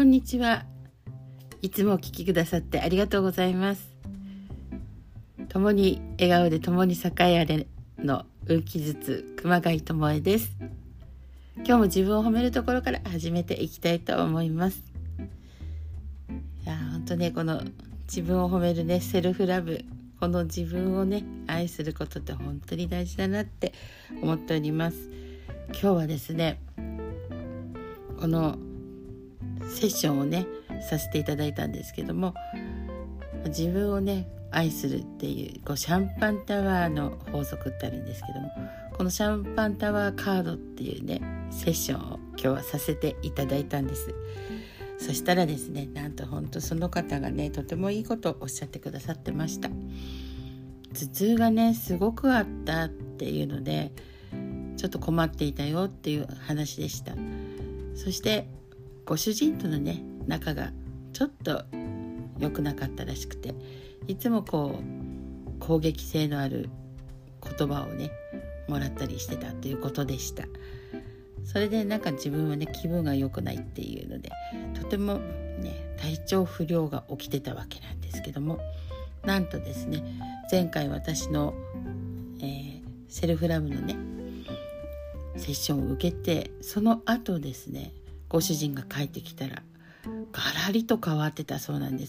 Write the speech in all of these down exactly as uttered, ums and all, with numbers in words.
こんにちは。いつもお聞きくださってありがとうございます。共に笑顔で共に栄えあれの運気術熊谷智恵です。今日も自分を褒めるところから始めていきたいと思います。いや本当ね、この自分を褒めるね、セルフラブ、この自分をね愛することって本当に大事だなって思っております。今日はですね、このセッションをねさせていただいたんですけども、自分をね愛するっていう、こうシャンパンタワーの法則ってあるんですけども、このシャンパンタワーカードっていうねセッションを今日はさせていただいたんです。そしたらですね、なんと本当その方がねとてもいいことをおっしゃってくださってました。頭痛がねすごくあったっていうので、ちょっと困っていたよっていう話でした。そしてご主人とのね仲がちょっと良くなかったらしくて、いつもこう攻撃性のある言葉をねもらったりしてたということでした。それでなんか自分はね気分が良くないっていうので、とてもね体調不良が起きてたわけなんですけども、なんとですね、前回私の、えー、セルフラブのねセッションを受けて、その後ですね、ご主人が帰ってきたらガラリと変わってたそうなんです。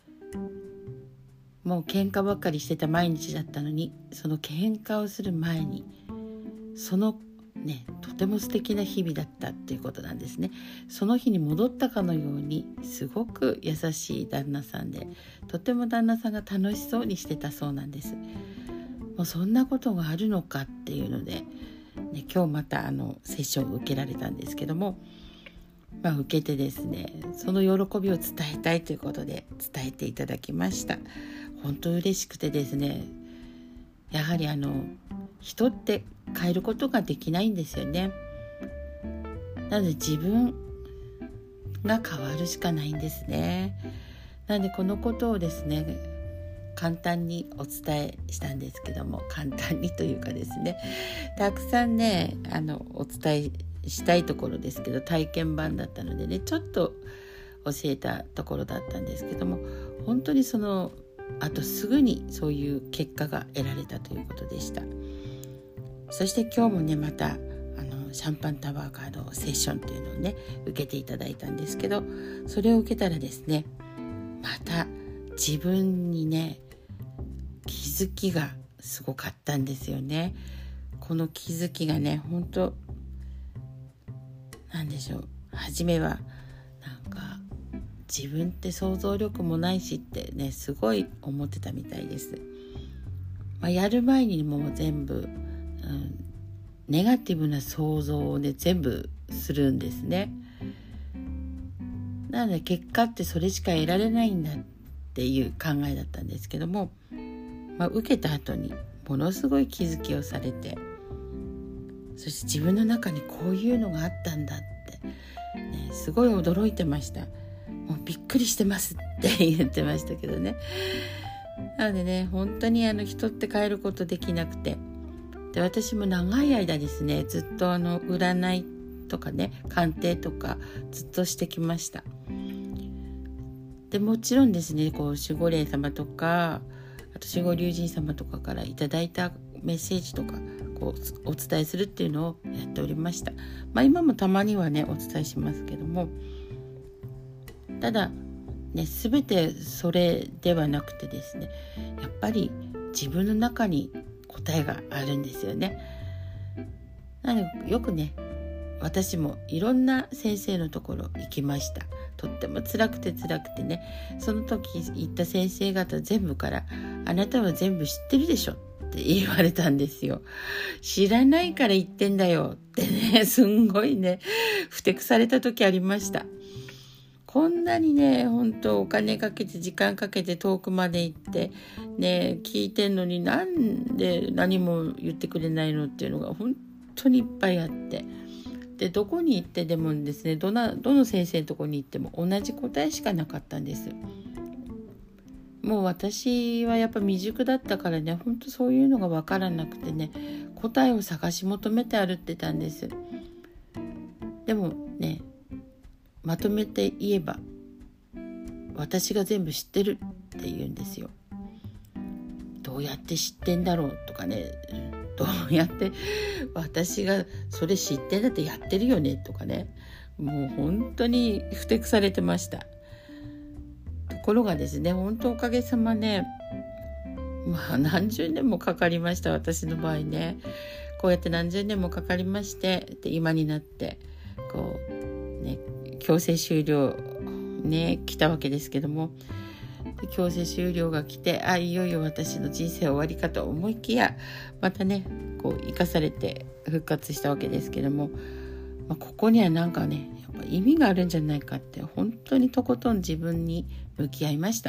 もう喧嘩ばっかりしてた毎日だったのに、その喧嘩をする前にそのねとても素敵な日々だったっていうことなんですね。その日に戻ったかのように、すごく優しい旦那さんで、とても旦那さんが楽しそうにしてたそうなんです。もうそんなことがあるのかっていうので、ね、今日またあのセッションを受けられたんですけども、まあ、受けてですね、その喜びを伝えたいということで伝えていただきました。本当嬉しくてですね、やはりあの人って変えることができないんですよね。なので自分が変わるしかないんですね。なのでこのことをですね簡単にお伝えしたんですけども、簡単にというかですね、たくさんねあのお伝えしたいところですけど、体験版だったのでねちょっと教えたところだったんですけども、本当にそのあとすぐにそういう結果が得られたということでした。そして今日もねまたあのシャンパンタワーカードセッションというのをね受けていただいたんですけど、それを受けたらですね、また自分にね気づきがすごかったんですよね。この気づきがね、本当なんでしょう、初めはなんか自分って想像力もないしってねすごい思ってたみたいです。まあ、やる前にもう全部、うん、ネガティブな想像をね全部するんですね。なので結果ってそれしか得られないんだっていう考えだったんですけども、まあ、受けた後にものすごい気づきをされて、そして自分の中にこういうのがあったんだって、ね、すごい驚いてました。もうびっくりしてますって言ってましたけどね。なのでね、本当にあの人って変えることできなくて、で私も長い間ですねずっとあの占いとかね鑑定とかずっとしてきました。でもちろんですね、こう守護霊様とか、あと守護龍神様とかからいただいたメッセージとかこうお伝えするっていうのをやっておりました。まあ今もたまにはねお伝えしますけども、ただね全てそれではなくてですね、やっぱり自分の中に答えがあるんですよね。なのでよくね私もいろんな先生のところ行きました。とっても辛くて辛くてね、その時行った先生方全部から、あなたは全部知ってるでしょって言われたんですよ。知らないから言ってんだよってね、すんごいねふてくされた時ありました。こんなにね本当お金かけて時間かけて遠くまで行ってね聞いてんのに、なんで何も言ってくれないのっていうのが本当にいっぱいあって、でどこに行ってでもですね、どなどの先生のところに行っても同じ答えしかなかったんです。もう私はやっぱ未熟だったからね、本当そういうのが分からなくてね、答えを探し求めて歩ってたんです。でもねまとめて言えば私が全部知ってるって言うんですよ。どうやって知ってんだろうとかね、どうやって私がそれ知ってんだってやってるよねとかね、もう本当にふてくされてました。ところがですね、本当おかげさまね、まあ何十年もかかりました。私の場合ね、こうやって何十年もかかりまして、で今になってこうね、強制終了ね来たわけですけども、で強制終了が来て、あいよいよ私の人生終わりかと思いきや、またねこう生かされて復活したわけですけども、まあ、ここにはなんかねやっぱ意味があるんじゃないかって、本当にとことん自分に向き合いました。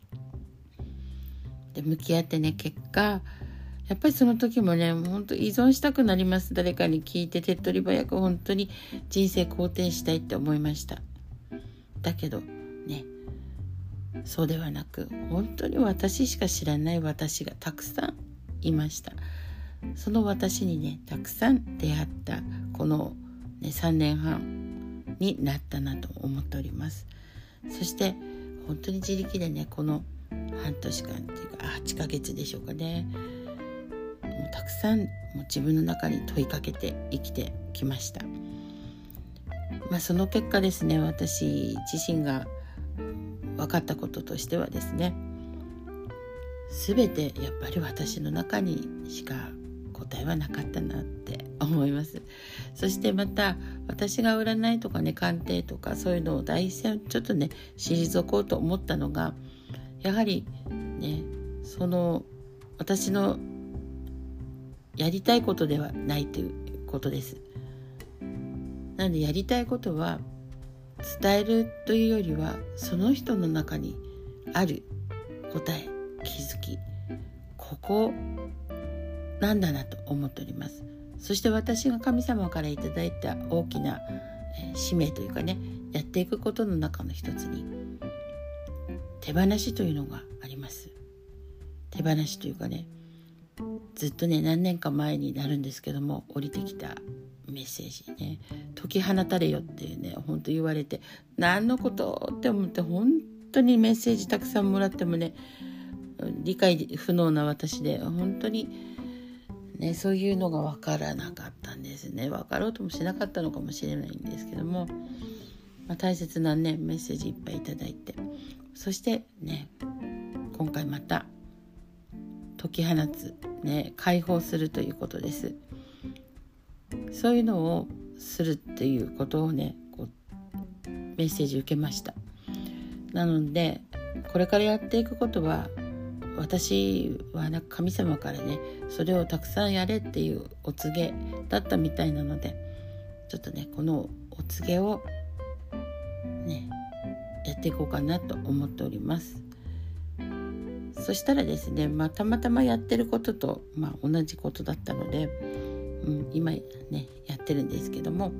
で向き合ってね、結果やっぱりその時もね、本当依存したくなります。誰かに聞いて手っ取り早く本当に人生肯定したいって思いました。だけどね、そうではなく、本当に私しか知らない私がたくさんいました。その私にねたくさん出会ったこの、ね、さんねんはんになったなと思っております。そして本当に自力でね、この半年間っていうかはちかげつでしょうかね、もうたくさんもう自分の中に問いかけて生きてきました。まあ、その結果ですね、私自身が分かったこととしてはですね、すべてやっぱり私の中にしか答えはなかったなって思います。そしてまた私が占いとかね、鑑定とかそういうのを第一線ちょっとね退こうと思ったのが、やはりね、その私のやりたいことではないということです。なのでやりたいことは伝えるというよりは、その人の中にある答え、気づき、ここなんだなと思っております。そして私が神様からいただいた大きな使命というかね、やっていくことの中の一つに手放しというのがあります。手放しというかね、ずっとね何年か前になるんですけども降りてきたメッセージね、解き放たれよっていうね、本当言われて、何のことって思って、本当にメッセージたくさんもらってもね理解不能な私で、本当にねそういうのが分からなかったんですね。分かろうともしなかったのかもしれないんですけども、まあ、大切なねメッセージいっぱいいただいて、そしてね今回また解き放つね、解放するということです。そういうのをするっていうことをねこうメッセージ受けました。なのでこれからやっていくことは、私はなんか神様からねそれをたくさんやれっていうお告げだったみたいなので、ちょっとねこのお告げをねやっていこうかなと思っております。そしたらですね、まあ、たまたまやってることと、まあ、同じことだったので、うん、今ねやってるんですけども、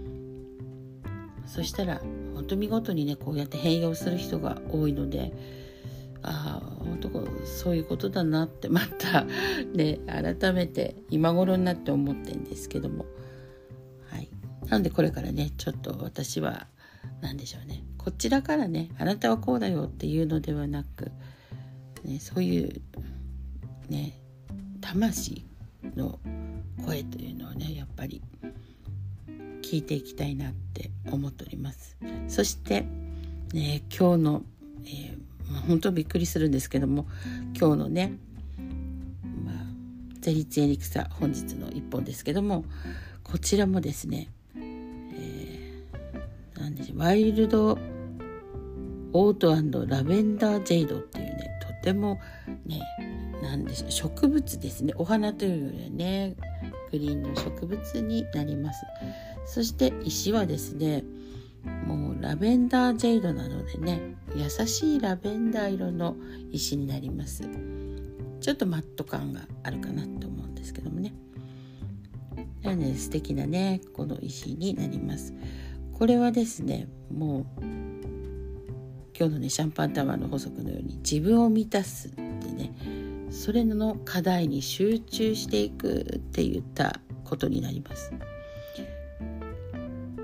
そしたら本当見事にねこうやって変容する人が多いので、ああ本当そういうことだなってまたね改めて今頃になって思ってるんですけども、はい、なのでこれからねちょっと私は何でしょうね、こちらからねあなたはこうだよっていうのではなく、ね、そういうね魂の声というのをねやっぱり聞いていきたいなって思っております。そしてね今日の、えーまあ、本当びっくりするんですけども、今日のね、まあ、ゼリツエリクサ本日の一本ですけども、こちらもですね、えー、なんでしょう、ワイルドオート&ラベンダージェイドっていうね、とてもねなんでしょう、植物ですね、お花というよりはねグリーンの植物になります。そして石はですね、もうラベンダージェイドなのでね、優しいラベンダー色の石になります。ちょっとマット感があるかなと思うんですけどもね、ね素敵なねこの石になります。これはですね、もう今日のねシャンパンタワーの法則のように自分を満たすってね、それの課題に集中していくって言ったことになります。な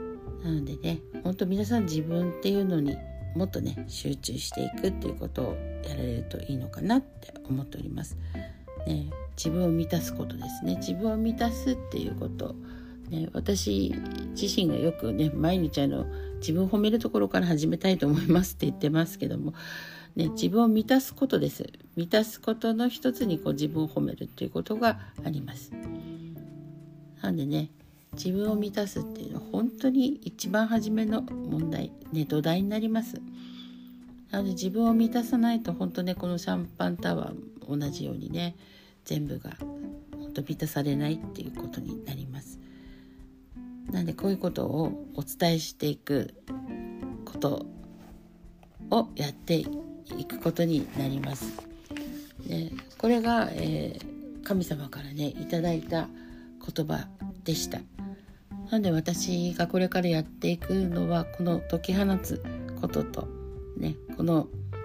なのでね、本当皆さん自分っていうのにもっとね集中していくっていうことをやられるといいのかなって思っております、ね、自分を満たすことですね。自分を満たすっていうこと、ね、私自身がよくね毎日あの自分を褒めるところから始めたいと思いますって言ってますけども、ね、自分を満たすことです。満たすことの一つにこう自分を褒めるっていうことがあります。なんでね、自分を満たすっていうのは本当に一番初めの問題、ね、土台になります。なので自分を満たさないと本当ね、このシャンパンタワーも同じようにね、全部が本当満たされないっていうことになります。なのでこういうことをお伝えしていくことをやっていくことになります。でこれが、えー、神様からねいただいた言葉でした。なので私がこれからやっていくのはこの解き放つこととね、この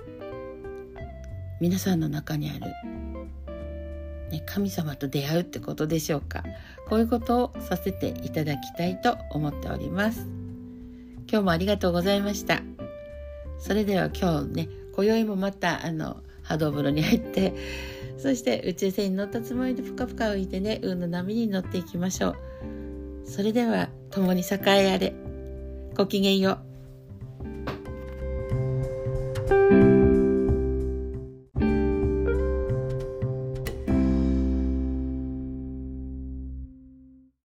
皆さんの中にある、ね、神様と出会うってことでしょうか。こういうことをさせていただきたいと思っております。今日もありがとうございました。それでは今日ね、今宵もまたあの波動風呂に入って、そして宇宙船に乗ったつもりでぷかぷか浮いてね、運の波に乗っていきましょう。それでは共に栄えあれ。ごきげんよう。